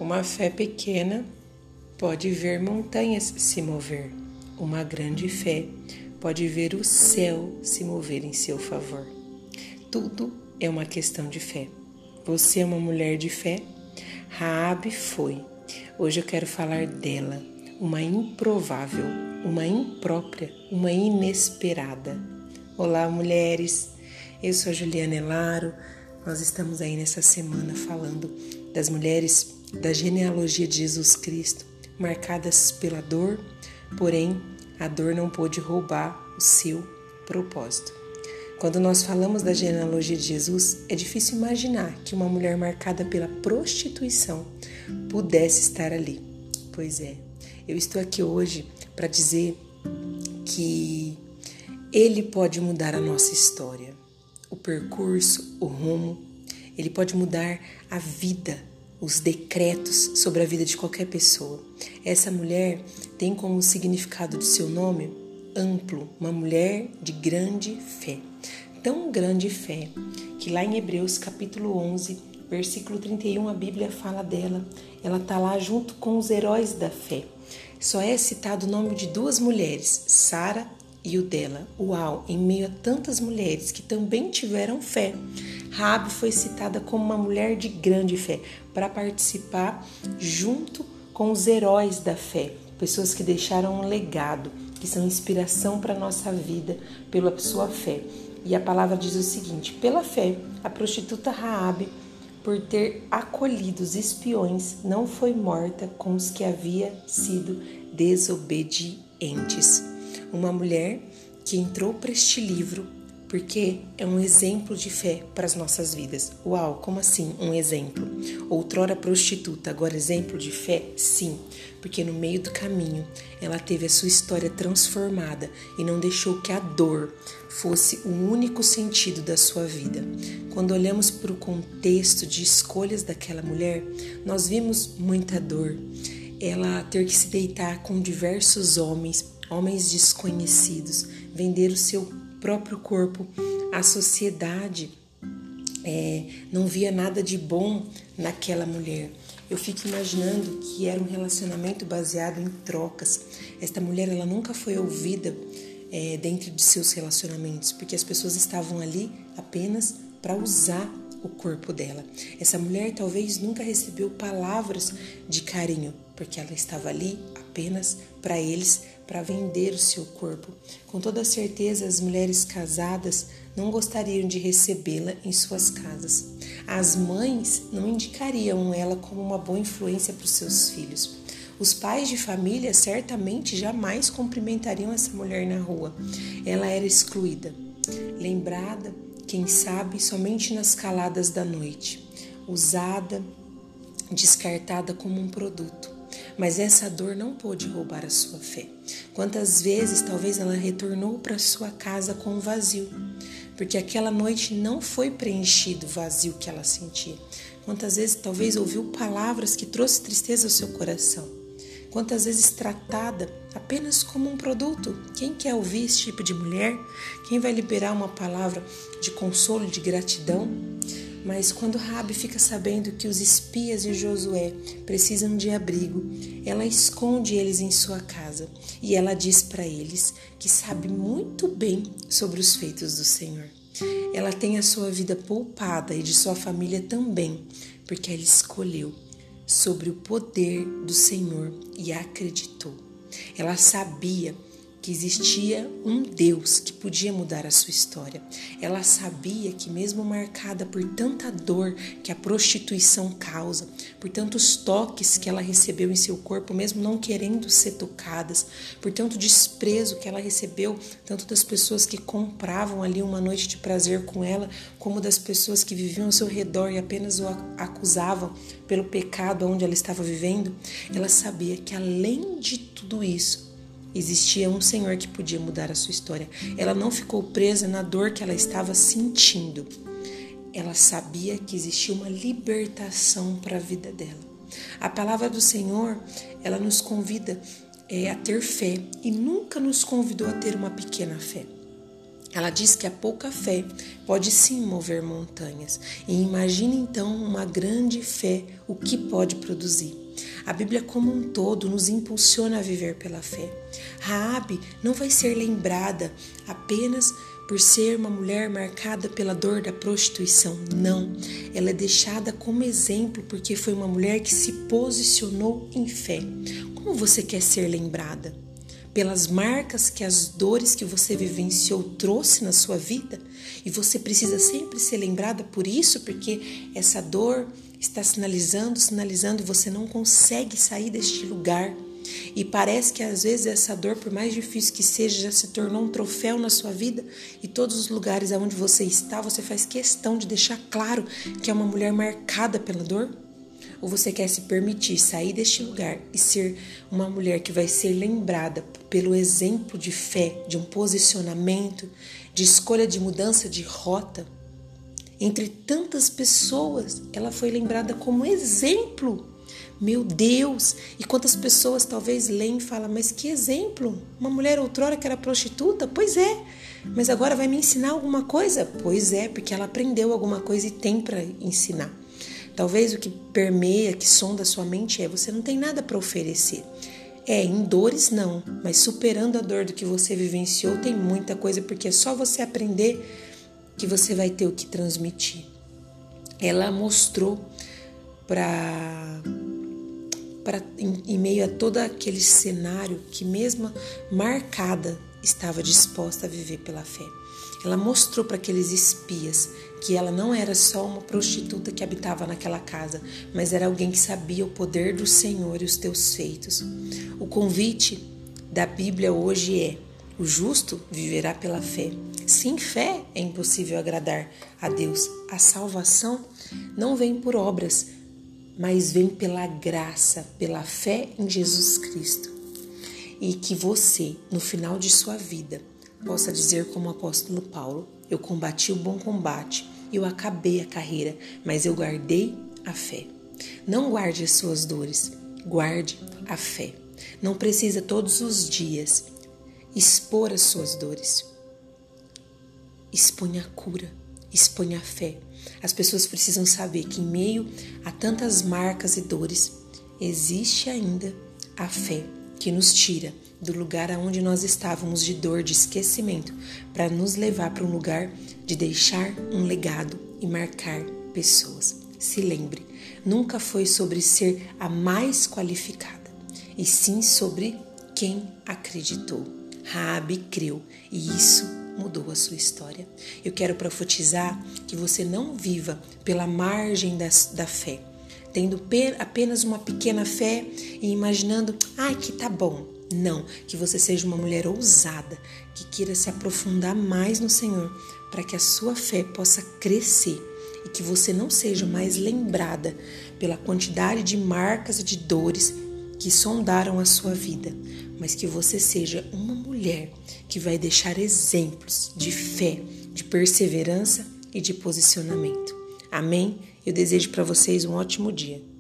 Uma fé pequena pode ver montanhas se mover. Uma grande fé pode ver o céu se mover em seu favor. Tudo é uma questão de fé. Você é uma mulher de fé? Raabe foi. Hoje eu quero falar dela, uma improvável, uma imprópria, uma inesperada. Olá, mulheres. Eu sou a Juliana Elaro. Nós estamos aí nessa semana falando das mulheres da genealogia de Jesus Cristo, marcadas pela dor, porém a dor não pôde roubar o seu propósito. Quando nós falamos da genealogia de Jesus, é difícil imaginar que uma mulher marcada pela prostituição pudesse estar ali. Pois é, eu estou aqui hoje para dizer que Ele pode mudar a nossa história, o percurso, o rumo. Ele pode mudar a vida, os decretos sobre a vida de qualquer pessoa. Essa mulher tem como significado de seu nome amplo, uma mulher de grande fé. Tão grande fé que lá em Hebreus capítulo 11, versículo 31, a Bíblia fala dela. Ela está lá junto com os heróis da fé. Só é citado o nome de duas mulheres, Sara e o dela. Uau, em meio a tantas mulheres que também tiveram fé, Raabe foi citada como uma mulher de grande fé para participar junto com os heróis da fé, pessoas que deixaram um legado, que são inspiração para a nossa vida pela sua fé. E a palavra diz o seguinte: pela fé, a prostituta Raabe, por ter acolhido os espiões, não foi morta com os que havia sido desobedientes. Uma mulher que entrou para este livro porque é um exemplo de fé para as nossas vidas. Uau, como assim um exemplo? Outrora prostituta, agora exemplo de fé? Sim, porque no meio do caminho ela teve a sua história transformada e não deixou que a dor fosse o único sentido da sua vida. Quando olhamos para o contexto de escolhas daquela mulher, nós vimos muita dor. Ela ter que se deitar com diversos homens desconhecidos, vender o seu próprio corpo. A sociedade não via nada de bom naquela mulher. Eu fico imaginando que era um relacionamento baseado em trocas. Esta mulher, ela nunca foi ouvida dentro de seus relacionamentos, porque as pessoas estavam ali apenas para usar o corpo dela. Essa mulher talvez nunca recebeu palavras de carinho, porque ela estava ali apenas para eles, para vender o seu corpo. Com toda certeza, as mulheres casadas não gostariam de recebê-la em suas casas. As mães não indicariam ela como uma boa influência para os seus filhos. Os pais de família certamente jamais cumprimentariam essa mulher na rua. Ela era excluída, lembrada, quem sabe, somente nas caladas da noite, usada, descartada como um produto. Mas essa dor não pôde roubar a sua fé. Quantas vezes talvez ela retornou para sua casa com um vazio, porque aquela noite não foi preenchido o vazio que ela sentia. Quantas vezes talvez ouviu palavras que trouxe tristeza ao seu coração. Quantas vezes tratada apenas como um produto. Quem quer ouvir esse tipo de mulher? Quem vai liberar uma palavra de consolo, de gratidão? Mas quando Raabe fica sabendo que os espias de Josué precisam de abrigo, ela esconde eles em sua casa e ela diz para eles que sabe muito bem sobre os feitos do Senhor. Ela tem a sua vida poupada e de sua família também, porque ela escolheu sobre o poder do Senhor e acreditou. Ela sabia que existia um Deus que podia mudar a sua história. Ela sabia que mesmo marcada por tanta dor que a prostituição causa, por tantos toques que ela recebeu em seu corpo, mesmo não querendo ser tocadas, por tanto desprezo que ela recebeu, tanto das pessoas que compravam ali uma noite de prazer com ela, como das pessoas que viviam ao seu redor e apenas o acusavam pelo pecado onde ela estava vivendo, ela sabia que além de tudo isso, existia um Senhor que podia mudar a sua história. Ela não ficou presa na dor que ela estava sentindo. Ela sabia que existia uma libertação para a vida dela. A palavra do Senhor, ela nos convida a ter fé e nunca nos convidou a ter uma pequena fé. Ela diz que a pouca fé pode sim mover montanhas. E imagine então uma grande fé, o que pode produzir. A Bíblia como um todo nos impulsiona a viver pela fé. Raabe não vai ser lembrada apenas por ser uma mulher marcada pela dor da prostituição. Não, ela é deixada como exemplo porque foi uma mulher que se posicionou em fé. Como você quer ser lembrada? Pelas marcas que as dores que você vivenciou trouxe na sua vida? E você precisa sempre ser lembrada por isso, porque essa dor está sinalizando, e você não consegue sair deste lugar. E parece que às vezes essa dor, por mais difícil que seja, já se tornou um troféu na sua vida, e todos os lugares onde você está, você faz questão de deixar claro que é uma mulher marcada pela dor? Ou você quer se permitir sair deste lugar e ser uma mulher que vai ser lembrada pelo exemplo de fé, de um posicionamento, de escolha de mudança de rota? Entre tantas pessoas, ela foi lembrada como exemplo. Meu Deus! E quantas pessoas talvez leem e falam, mas que exemplo? Uma mulher outrora que era prostituta? Pois é, mas agora vai me ensinar alguma coisa? Pois é, porque ela aprendeu alguma coisa e tem para ensinar. Talvez o que permeia, que sonda a sua mente você não tem nada para oferecer. Em dores não, mas superando a dor do que você vivenciou tem muita coisa, porque é só você aprender que você vai ter o que transmitir. Ela mostrou em meio a todo aquele cenário que mesmo marcada estava disposta a viver pela fé. Ela mostrou para aqueles espias que ela não era só uma prostituta que habitava naquela casa, mas era alguém que sabia o poder do Senhor e os teus feitos. O convite da Bíblia hoje é: o justo viverá pela fé. Sem fé é impossível agradar a Deus. A salvação não vem por obras, mas vem pela graça, pela fé em Jesus Cristo. E que você, no final de sua vida, possa dizer como o apóstolo Paulo: eu combati o bom combate, eu acabei a carreira, mas eu guardei a fé. Não guarde as suas dores, guarde a fé. Não precisa todos os dias expor as suas dores. Exponha a cura, exponha a fé. As pessoas precisam saber que em meio a tantas marcas e dores, existe ainda a fé que nos tira do lugar aonde nós estávamos de dor, de esquecimento, para nos levar para um lugar de deixar um legado e marcar pessoas. Se lembre, nunca foi sobre ser a mais qualificada, e sim sobre quem acreditou. Raabe creu, e isso mudou a sua história. Eu quero profetizar que você não viva pela margem da fé, tendo apenas uma pequena fé e imaginando, que tá bom. Não, que você seja uma mulher ousada, que queira se aprofundar mais no Senhor, para que a sua fé possa crescer e que você não seja mais lembrada pela quantidade de marcas e de dores que sondaram a sua vida, mas que você seja uma mulher que vai deixar exemplos de fé, de perseverança e de posicionamento. Amém? Eu desejo para vocês um ótimo dia.